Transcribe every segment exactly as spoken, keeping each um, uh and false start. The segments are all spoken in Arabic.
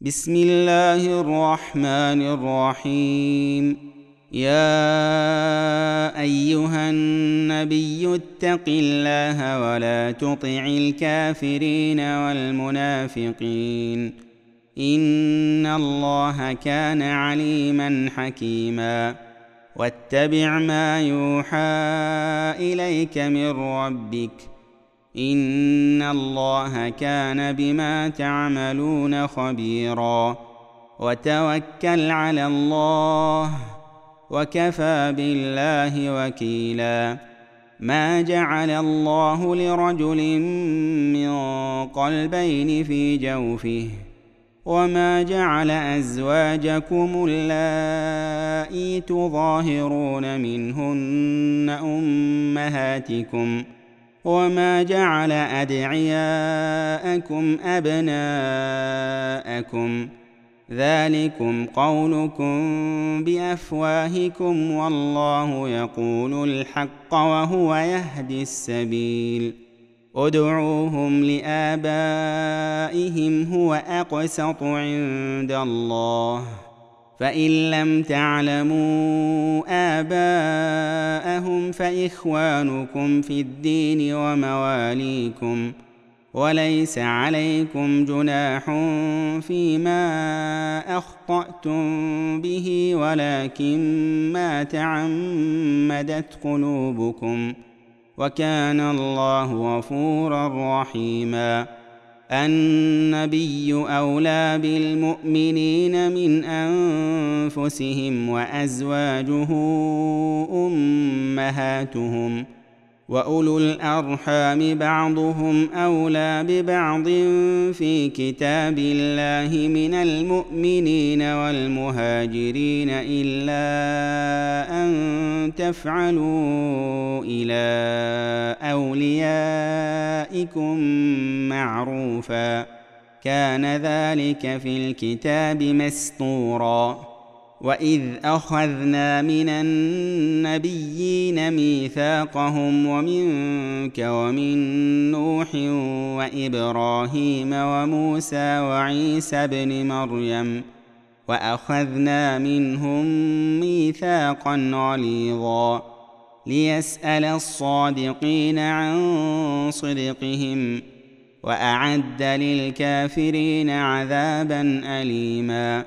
بسم الله الرحمن الرحيم. يا أيها النبي اتق الله ولا تطع الكافرين والمنافقين إن الله كان عليما حكيما. واتبع ما يوحى إليك من ربك إن الله كان بما تعملون خبيرا. وتوكل على الله وكفى بالله وكيلا. ما جعل الله لرجل من قلبين في جوفه وما جعل أزواجكم اللائي تظاهرون منهن أمهاتكم وما جعل أدعياءكم أبناءكم ذلكم قولكم بأفواهكم والله يقول الحق وهو يهدي السبيل. ادعوهم لآبائهم هو أقسط عند الله فإن لم تعلموا آباءهم فإخوانكم في الدين ومواليكم وليس عليكم جناح فيما أخطأتم به ولكن ما تعمدت قلوبكم وكان الله غفورا رحيما. النبي أولى بالمؤمنين من أنفسهم وأزواجه أمهاتهم وأولو الأرحام بعضهم أولى ببعض في كتاب الله من المؤمنين والمهاجرين إلا أن تفعلوا إلى أوليائكم معروفا كان ذلك في الكتاب مسطورا. وإذ أخذنا من النبيين ميثاقهم ومنك ومن نوح وإبراهيم وموسى وعيسى ابن مريم وأخذنا منهم ميثاقا غليظا ليسأل الصادقين عن صدقهم وأعد للكافرين عذابا أليما.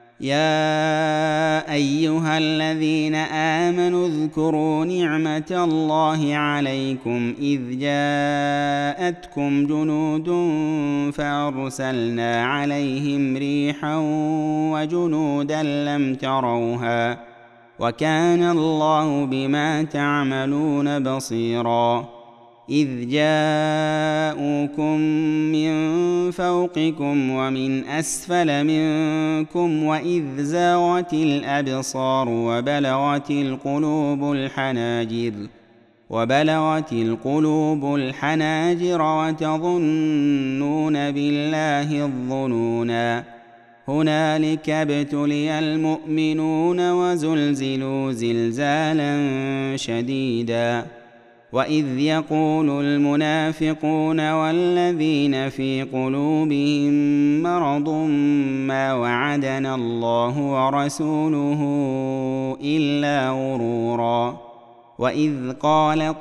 يا أيها الذين آمنوا اذكروا نعمة الله عليكم إذ جاءتكم جنود فأرسلنا عليهم ريحا وجنودا لم تروها وكان الله بما تعملون بصيرا. إذ جاءوكم من فوقكم ومن أسفل منكم وإذ زاغت الأبصار وبلغت القلوب الحناجر وبلغت القلوب الحناجر وتظنون بالله الظنونا. هنالك ابتلي المؤمنون وزلزلوا زلزالا شديدا. وإذ يقول المنافقون والذين في قلوبهم مرض ما وعدنا الله ورسوله إلا غرورا. وإذ قالت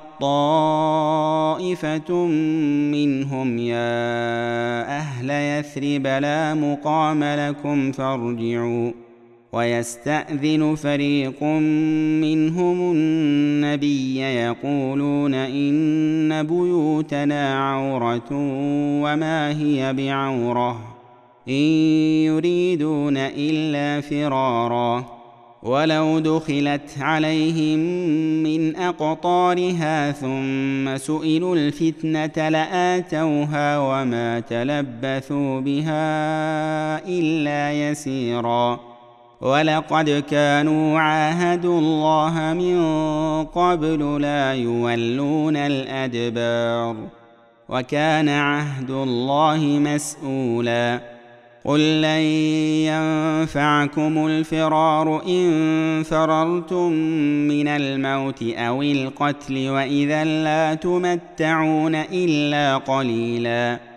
طائفة منهم يا أهل يثرب لا مقام لكم فارجعوا ويستأذن فريق منهم النبي يقولون إن بيوتنا عورة وما هي بعورة إن يريدون إلا فرارا. ولو دخلت عليهم من أقطارها ثم سئلوا الفتنة لآتوها وما تلبثوا بها إلا يسيرا. ولقد كانوا عاهدوا الله من قبل لا يولون الأدبار وكان عهد الله مسؤولا. قل لن ينفعكم الفرار إن فررتم من الموت أو القتل وإذا لا تمتعون إلا قليلا.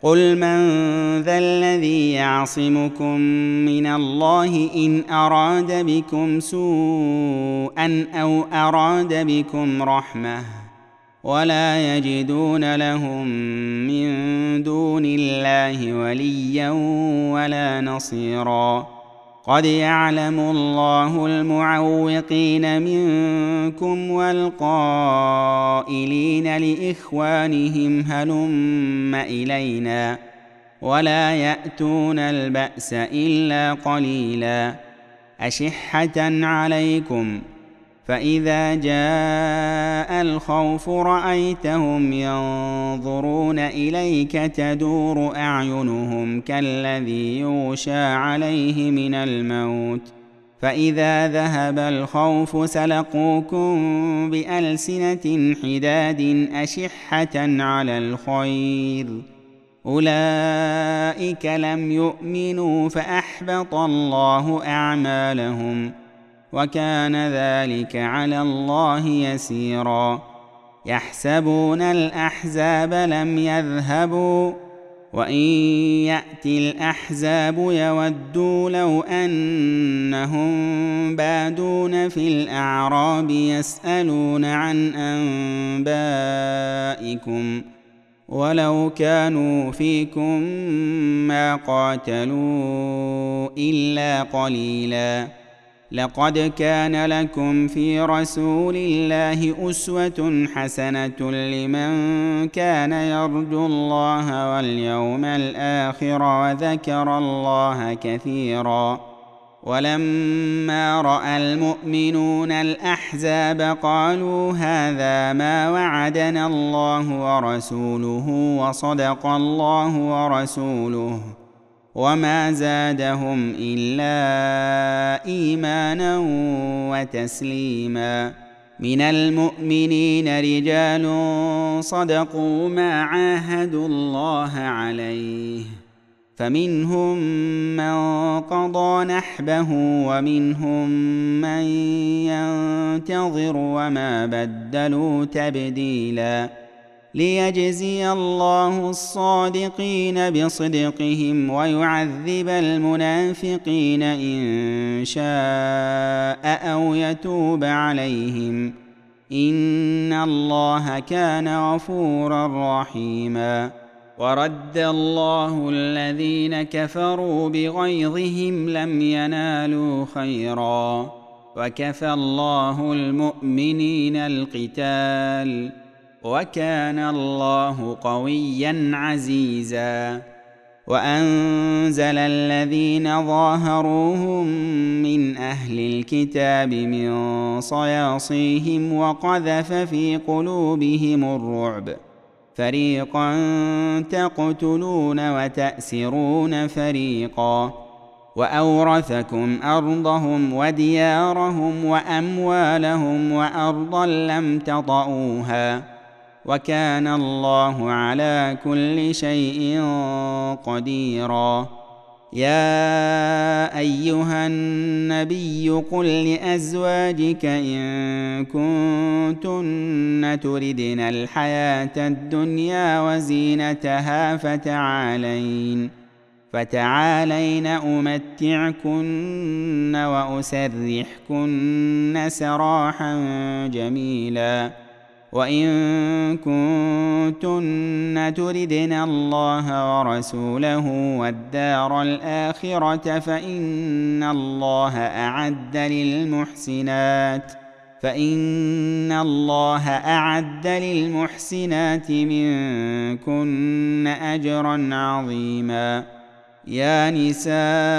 قل من ذا الذي يعصمكم من الله إن أراد بكم سوءا أو أراد بكم رحمة ولا يجدون لهم من دون الله وليا ولا نصيرا قد يعلم الله المعوقين منكم والقائلين لإخوانهم هلم إلينا ولا يأتون البأس إلا قليلا أشحة عليكم فإذا جاء الخوف رأيتهم ينظرون إليك تدور أعينهم كالذي يغشى عليه من الموت فإذا ذهب الخوف سلقوكم بألسنة حداد أشحة على الخير أولئك لم يؤمنوا فأحبط الله أعمالهم وكان ذلك على الله يسيرا يحسبون الأحزاب لم يذهبوا وإن يأتي الأحزاب يودوا لو أنهم بادون في الأعراب يسألون عن أنبائكم ولو كانوا فيكم ما قاتلوا إلا قليلا لقد كان لكم في رسول الله أسوة حسنة لمن كان يرجو الله واليوم الآخر وذكر الله كثيرا ولما رأى المؤمنون الأحزاب قالوا هذا ما وعدنا الله ورسوله وصدق الله ورسوله وما زادهم إلا إيمانا وتسليما من المؤمنين رجال صدقوا ما عاهدوا الله عليه فمنهم من قضى نحبه ومنهم من ينتظر وما بدلوا تبديلا ليجزي الله الصادقين بصدقهم ويعذب المنافقين إن شاء أو يتوب عليهم إن الله كان غفورا رحيما ورد الله الذين كفروا بغيظهم لم ينالوا خيرا وكفى الله المؤمنين القتال وكان الله قويا عزيزا وأنزل الذين ظاهروهم من أهل الكتاب من صياصيهم وقذف في قلوبهم الرعب فريقا تقتلون وتأسرون فريقا وأورثكم أرضهم وديارهم وأموالهم وأرضا لم تطئوها وكان الله على كل شيء قديرا يا أيها النبي قل لأزواجك إن كنتن تردن الحياة الدنيا وزينتها فتعالين فتعالين أمتعكن وأسرحكن سراحا جميلا وإن كنتن تردن الله ورسوله والدار الآخرة فإن الله أعد للمحسنات فإن الله أعد للمحسنات منكن أجرا عظيما يا نساء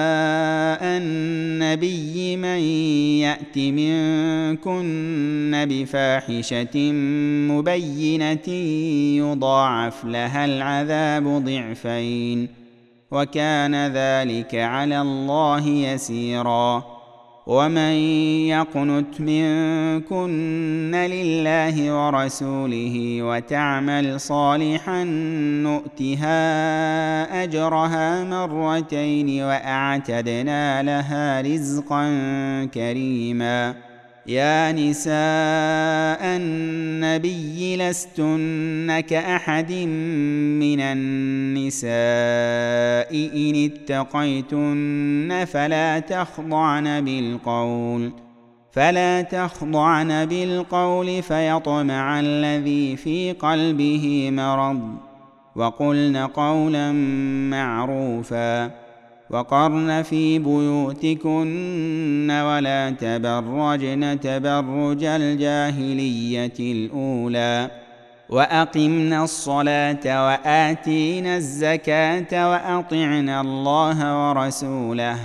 النبي من يأت منكن بفاحشة مبينة يضاعف لها العذاب ضعفين وكان ذلك على الله يسيرا ومن يقنت منكن لله ورسوله وتعمل صالحا نؤتها أجرها مرتين وأعتدنا لها رزقا كريما يا نساء النبي لستن كأحد من النساء إن اتقيتن فلا تخضعن بالقول فلا تخضعن بالقول فيطمع الذي في قلبه مرض وقلن قولا معروفا وقرن في بيوتكن ولا تبرجن تبرج الجاهلية الأولى وأقمنا الصلاة وآتينا الزكاة وأطعنا الله ورسوله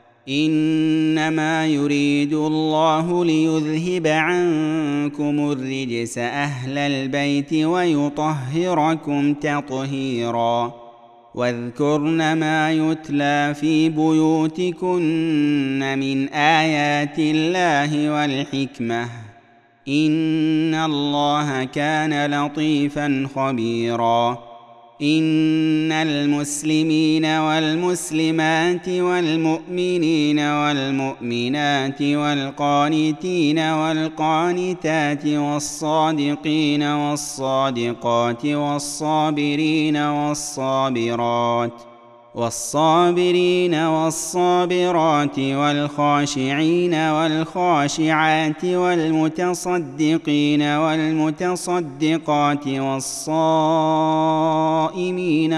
إنما يريد الله ليذهب عنكم الرجس أهل البيت ويطهركم تطهيرا واذكرن ما يتلى في بيوتكن من آيات الله والحكمة إن الله كان لطيفا خبيرا إن المسلمين والمسلمات والمؤمنين والمؤمنات والقانتين والقانتات والصادقين والصادقات والصابرين والصابرات والصابرين والصابرات والخاشعين والخاشعات والمتصدقين والمتصدقات والصائمين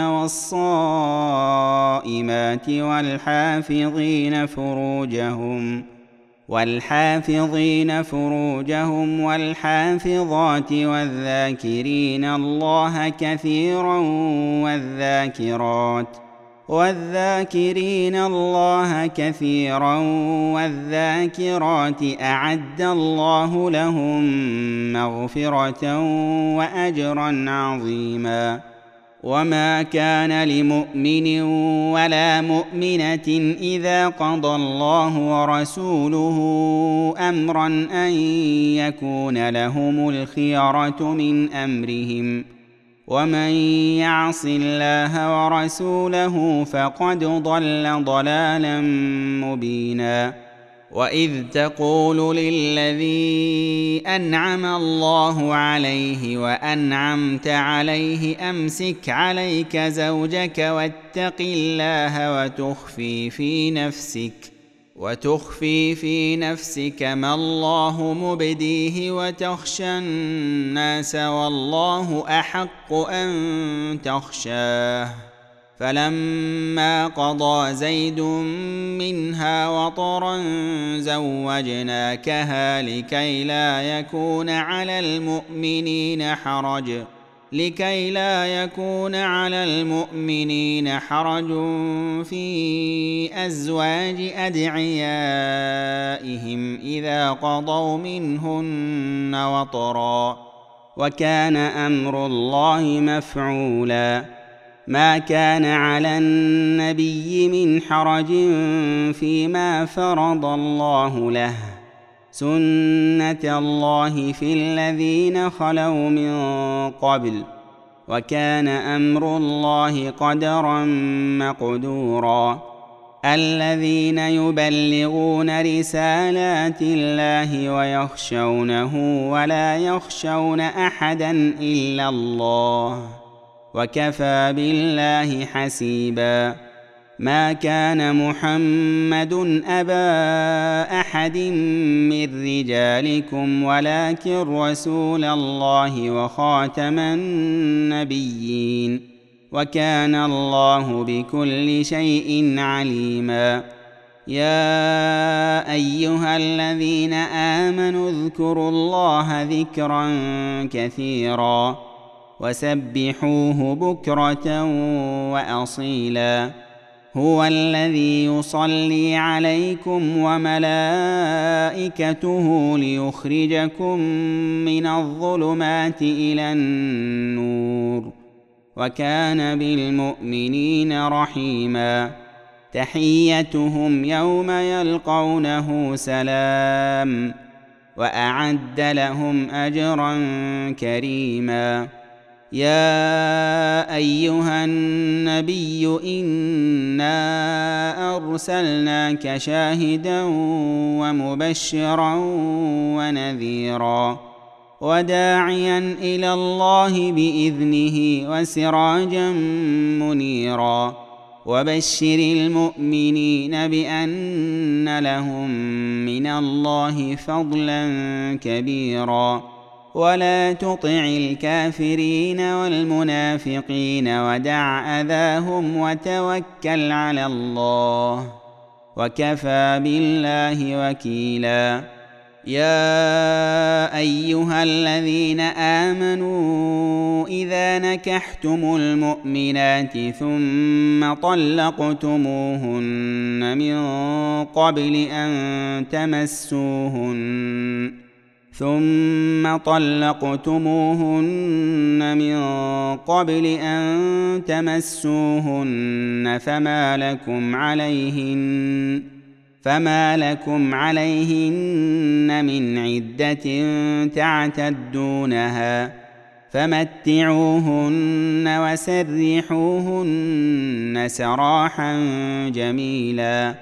والصائمات والحافظين فروجهم والحافظين فروجهم والحافظات والذاكرين الله كثيرا والذاكرات والذاكرين الله كثيرا والذاكرات أعد الله لهم مغفرة وأجرا عظيما وما كان لمؤمن ولا مؤمنة إذا قضى الله ورسوله أمرا أن يكون لهم الخيرة من أمرهم ومن يعص الله ورسوله فقد ضل ضلالا مبينا وإذ تقول للذي أنعم الله عليه وأنعمت عليه أمسك عليك زوجك واتق الله وتخفي في نفسك وتخفي في نفسك ما الله مبديه وتخشى الناس والله أحق أن تخشاه فلما قضى زيد منها وطرا زوجناكها لكي لا يكون على المؤمنين حرج لكي لا يكون على المؤمنين حرج في أزواج أدعيائهم إذا قضوا منهن وطرا وكان أمر الله مفعولا ما كان على النبي من حرج فيما فرض الله له سنة الله في الذين خلوا من قبل وكان أمر الله قدرا مقدورا الذين يبلغون رسالات الله ويخشونه ولا يخشون أحدا إلا الله وكفى بالله حسيبا ما كان محمد أبا أحد من رجالكم ولكن رسول الله وخاتم النبيين وكان الله بكل شيء عليما يا أيها الذين آمنوا اذكروا الله ذكرا كثيرا وسبحوه بكرة وأصيلا هو الذي يصلي عليكم وملائكته ليخرجكم من الظلمات إلى النور وكان بالمؤمنين رحيما تحيتهم يوم يلقونه سلام وأعد لهم أجرا كريما يا أيها النبي إنا أرسلناك شاهدا ومبشرا ونذيرا وداعيا إلى الله بإذنه وسراجا منيرا وبشر المؤمنين بأن لهم من الله فضلا كبيرا ولا تطع الكافرين والمنافقين ودع أذاهم وتوكل على الله وكفى بالله وكيلا. يا أيها الذين آمنوا إذا نكحتم المؤمنات ثم طلقتموهن من قبل أن تمسوهن ثم طلقتموهن من قبل أن تمسوهن فما لكم عليهن فما لكم عليهن من عدة تعتدونها فمتعوهن وسرحوهن سراحا جميلا.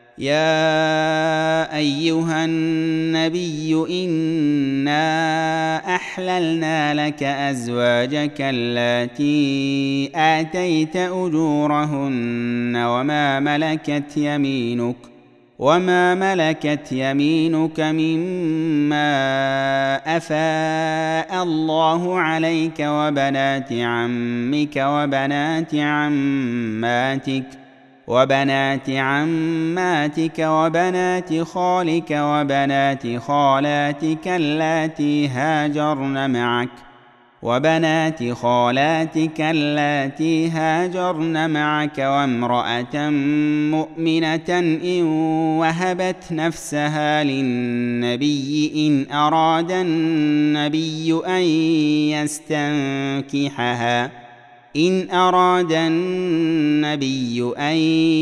يا أيها النبي إنا أحللنا لك أزواجك اللاتي آتيت أجورهن وما ملكت يمينك وما ملكت يمينك مما أفاء الله عليك وبنات عمك وبنات عماتك وبنات عماتك وبنات خالك وبنات خالاتك اللاتي هاجرن معك وبنات خالاتك اللاتي هاجرن معك وامرأة مؤمنة إن وهبت نفسها للنبي إن أراد النبي أن يستنكحها إن أراد النبي أن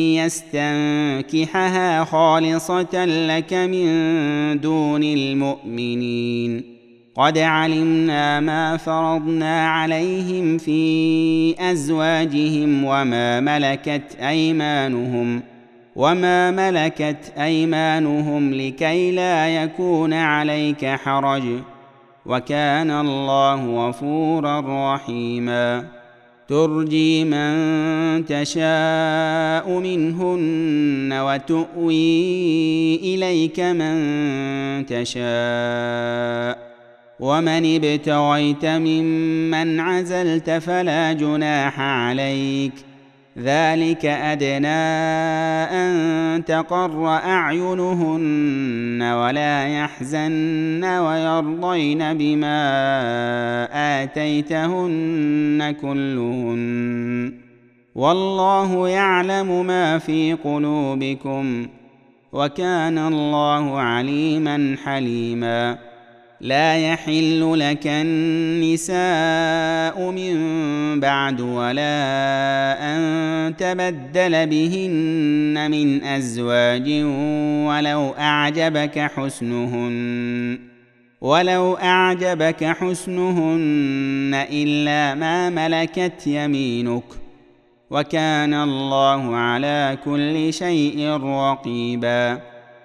يستنكحها خالصة لك من دون المؤمنين. قد علمنا ما فرضنا عليهم في أزواجهم وما ملكت أيمانهم وما ملكت أيمانهم لكي لا يكون عليك حرج وكان الله غفورا رحيما. ترجي من تشاء منهن وتؤوي إليك من تشاء ومن ابتغيت ممن عزلت فلا جناح عليك ذلك أدنى أن تقر أعينهن ولا يحزن ويرضين بما آتيتهن كلهن والله يعلم ما في قلوبكم وكان الله عليما حليما. لا يحل لك النساء من بعد ولا أن تبدل بهن من أزواج ولو أعجبك حسنهن ولو أعجبك حسنهن إلا ما ملكت يمينك وكان الله على كل شيء رقيبا.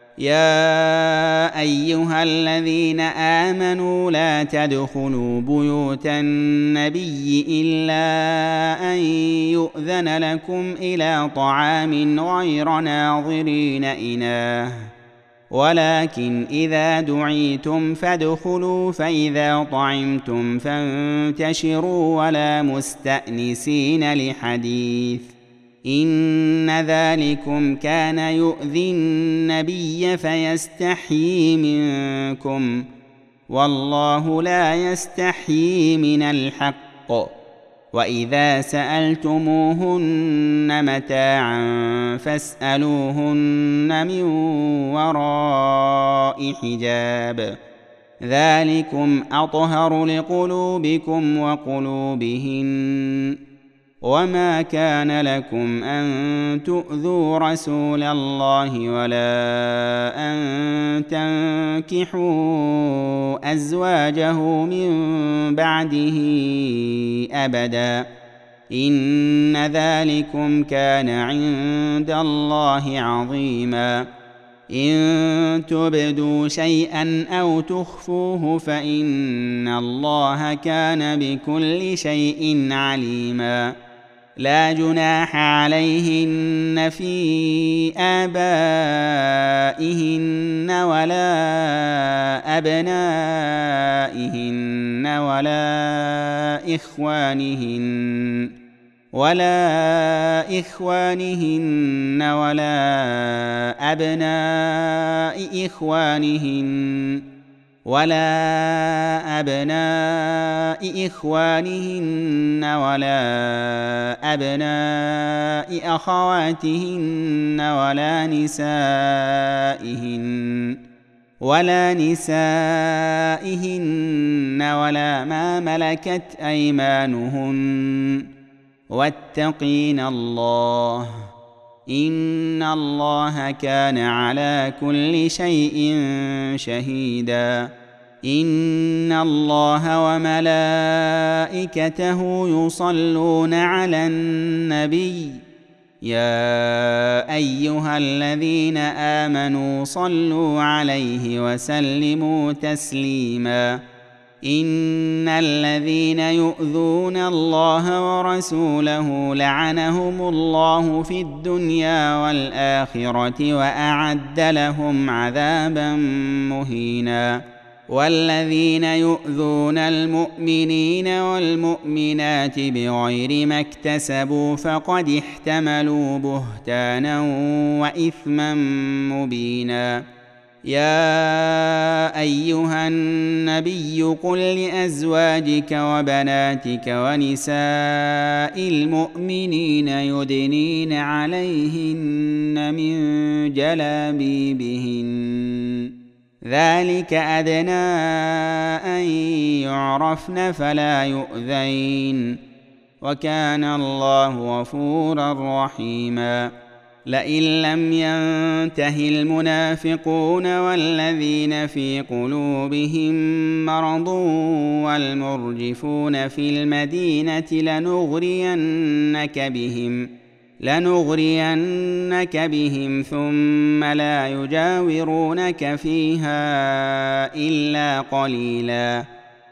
يا أيها الذين آمنوا لا تدخلوا بيوت النبي إلا أن يؤذن لكم إلى طعام غير ناظرين إناه ولكن إذا دعيتم فادخلوا فإذا طعمتم فانتشروا ولا مستأنسين لحديث إن ذلكم كان يؤذي النبي فيستحيي منكم والله لا يستحيي من الحق. وإذا سألتموهن متاعا فاسألوهن من وراء حجاب ذلكم أطهر لقلوبكم وقلوبهن. وما كان لكم أن تؤذوا رسول الله ولا أن تنكحوا أزواجه من بعده أبدا إن ذلكم كان عند الله عظيما إن تبدوا شيئا أو تخفوه فإن الله كان بكل شيء عليما لا جناح عليهن في آبائهن ولا أبنائهن ولا إخوانهن ولا إخوانهن ولا أبناء إخوانهن ولا أبناء إخوانهن ولا أبناء أخواتهن ولا نسائهن ولا نسائهن ولا ما ملكت أيمانهن واتقين الله إن الله كان على كل شيء شهيدا إن الله وملائكته يصلون على النبي يا أيها الذين آمنوا صلوا عليه وسلموا تسليما إن الذين يؤذون الله ورسوله لعنهم الله في الدنيا والآخرة وأعد لهم عذابا مهينا والذين يؤذون المؤمنين والمؤمنات بغير ما اكتسبوا فقد احتملوا بهتانا وإثما مبينا يا أيها النبي قل لأزواجك وبناتك ونساء المؤمنين يدنين عليهن من جلابيبهن ذلك أدنى أن يعرفن فلا يؤذين وكان الله غفورا رحيما لئن لم ينته المنافقون والذين في قلوبهم مرض والمرجفون في المدينة لنغرينك بهم لنغرينك بهم ثم لا يجاورونك فيها إلا قليلا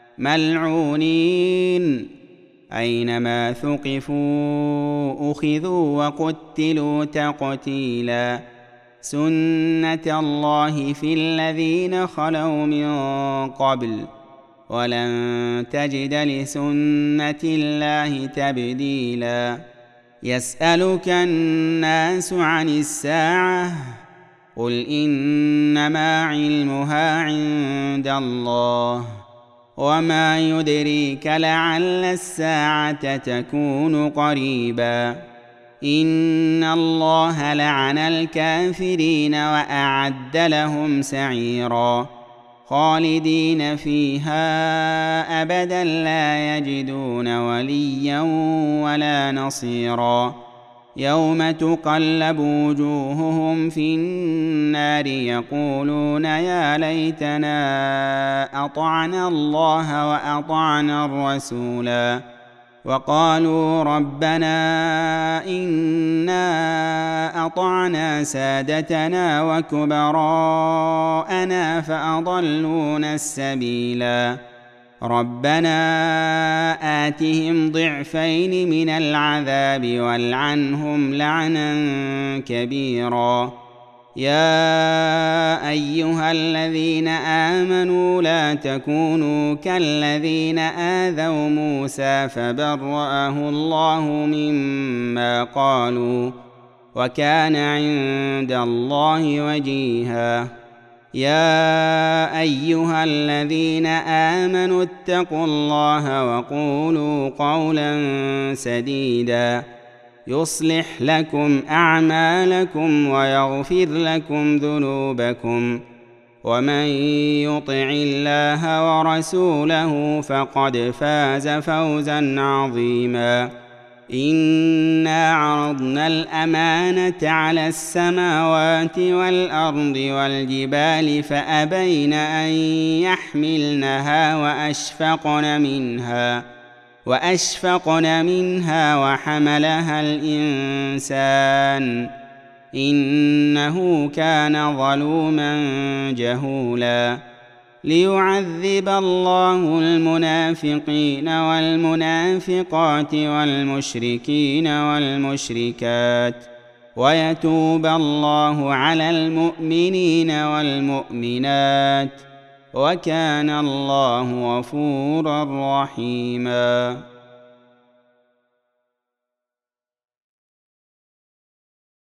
ملعونين أينما ثقفوا أخذوا وقتلوا تقتيلا سنة الله في الذين خلوا من قبل ولن تجد لسنة الله تبديلا يسألك الناس عن الساعة قل إنما علمها عند الله وما يدريك لعل الساعة تكون قريبا إن الله لعن الكافرين وأعد لهم سعيرا خالدين فيها أبدا لا يجدون وليا ولا نصيرا يوم تقلب وجوههم في النار يقولون يا ليتنا أطعنا الله وأطعنا الرسولا وقالوا ربنا إنا أطعنا سادتنا وكبراءنا فأضلونا السبيلا ربنا آتهم ضعفين من العذاب والعنهم لعنا كبيرا يا أيها الذين آمنوا لا تكونوا كالذين آذوا موسى فبرأه الله مما قالوا وكان عند الله وجيها يا أيها الذين آمنوا اتقوا الله وقولوا قولا سديدا يصلح لكم أعمالكم ويغفر لكم ذنوبكم ومن يطع الله ورسوله فقد فاز فوزا عظيما إنا عرضنا الأمانة على السماوات والأرض والجبال فأبين أن يحملنها وأشفقن منها وأشفقن منها وحملها الإنسان إنه كان ظلوما جهولا ليعذب الله المنافقين والمنافقات والمشركين والمشركات ويتوب الله على المؤمنين والمؤمنات وكان الله غفورا رحيما.